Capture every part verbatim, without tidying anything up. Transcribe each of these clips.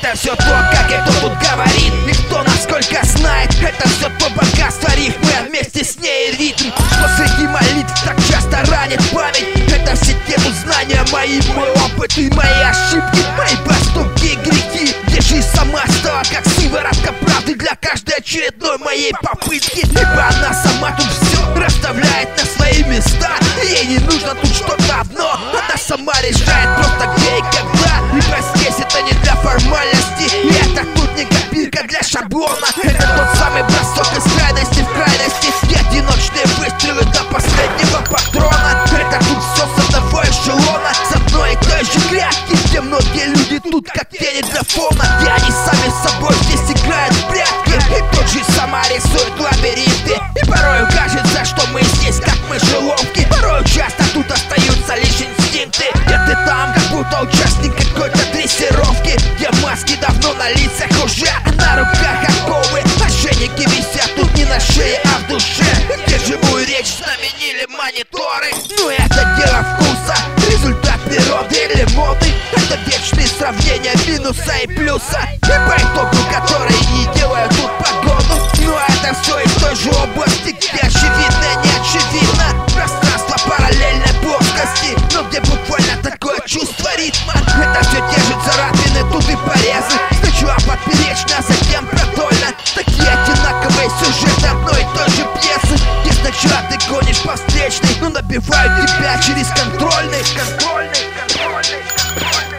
Это все то, как и кто тут говорит, и кто насколько знает. Это все то богатство рифмы, а вместе с ней ритм, что среди молитв так часто ранит память. Это все те знания мои, мой опыт и мои ошибки, мои поступки и грехи. Где жизнь сама стала как сыворотка правды для каждой очередной моей попытки. Ибо она сама тут все расставляет на свои места, ей не нужно тут что-то одно, она сама решает просто где и когда. Ибо здесь это не для формальности, и это тут не копирка для шаблона. Это тот самый бросок из крайности в крайности, и одиночные выстрелы до последнего патрона. Это тут все с одного эшелона, с одной и той же грядки, где многие люди тут как тени для фона, где они сами с собой здесь играют в прятки, и тот же сама рисует лабиринты. И порою кажется, что мы здесь как мышеловки, порою часто тут остаются лишь инстинкты. Где ты там, как будто участник какой-то дрессировки, где маски давно на лицах уже, а на руках оковы, ошейники висят тут не на шее, а в душе, где живую речь заменили мониторы. Ну это дело вкуса, результат природы или моды. Это вечные сравнения минуса и плюса, и по итогу которые не делают тут погоду. Но это все из той же области, где очевидно и не очевидно. Пространство параллельной плоскости, но где буквально такое чувство ритма. Это все те же царапины, тут и порезы. Сначала поперечно, а затем продольно. Такие одинаковые сюжеты одной и той же пьесы, где сначала ты гонишь по встречной, но набивают тебя через контрольный. Контрольный, контрольный, контрольный.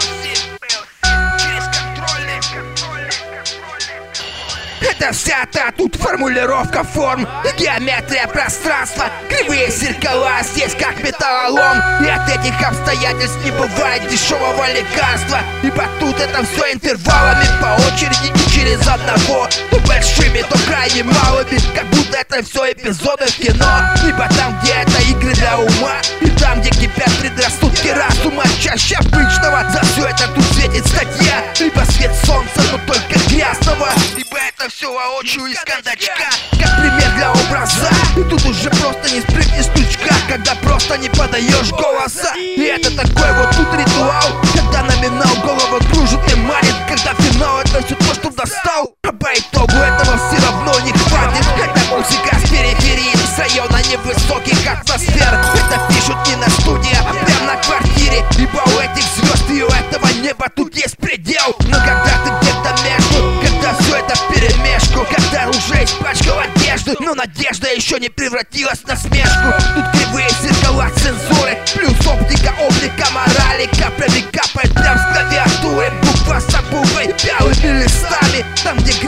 Это вся та тут формулировка форм и геометрия пространства. Кривые зеркала здесь как металлолом, и от этих обстоятельств не бывает дешевого лекарства. Ибо тут это все интервалами по очереди и через одного, то большими, то крайне малыми, как будто это все эпизоды в кино. Ибо там, где это игры для ума, и там, где кипят предрассудки разума чаще обычного, за все это тут светит статья. Либо свет солнца, но только грязного. Ибо это все воочию из кондачка, как пример для образа. И тут уже просто не спрыгнешь с крючка, когда просто не подаешь голоса. И это такой вот тут ритуал, когда номинал голову кружит и манит, когда финал это все то, что достал. А по итогу этого все равно не хватит, когда музыка с периферии, с района невысоких атмосфер. Это пишут не на студии, а прям на квартире. Ибо у этих звезд и у этого неба тут есть предел. Но когда ты где-то между, когда все это вперемешку, когда уже испачкал одежду, но надежда еще не превратилась в насмешку. Тут кривые зеркала цензуры, плюс оптика, облика, морали, каплями капает прям с клавиатуры. Буква с обувой, белыми листами, там где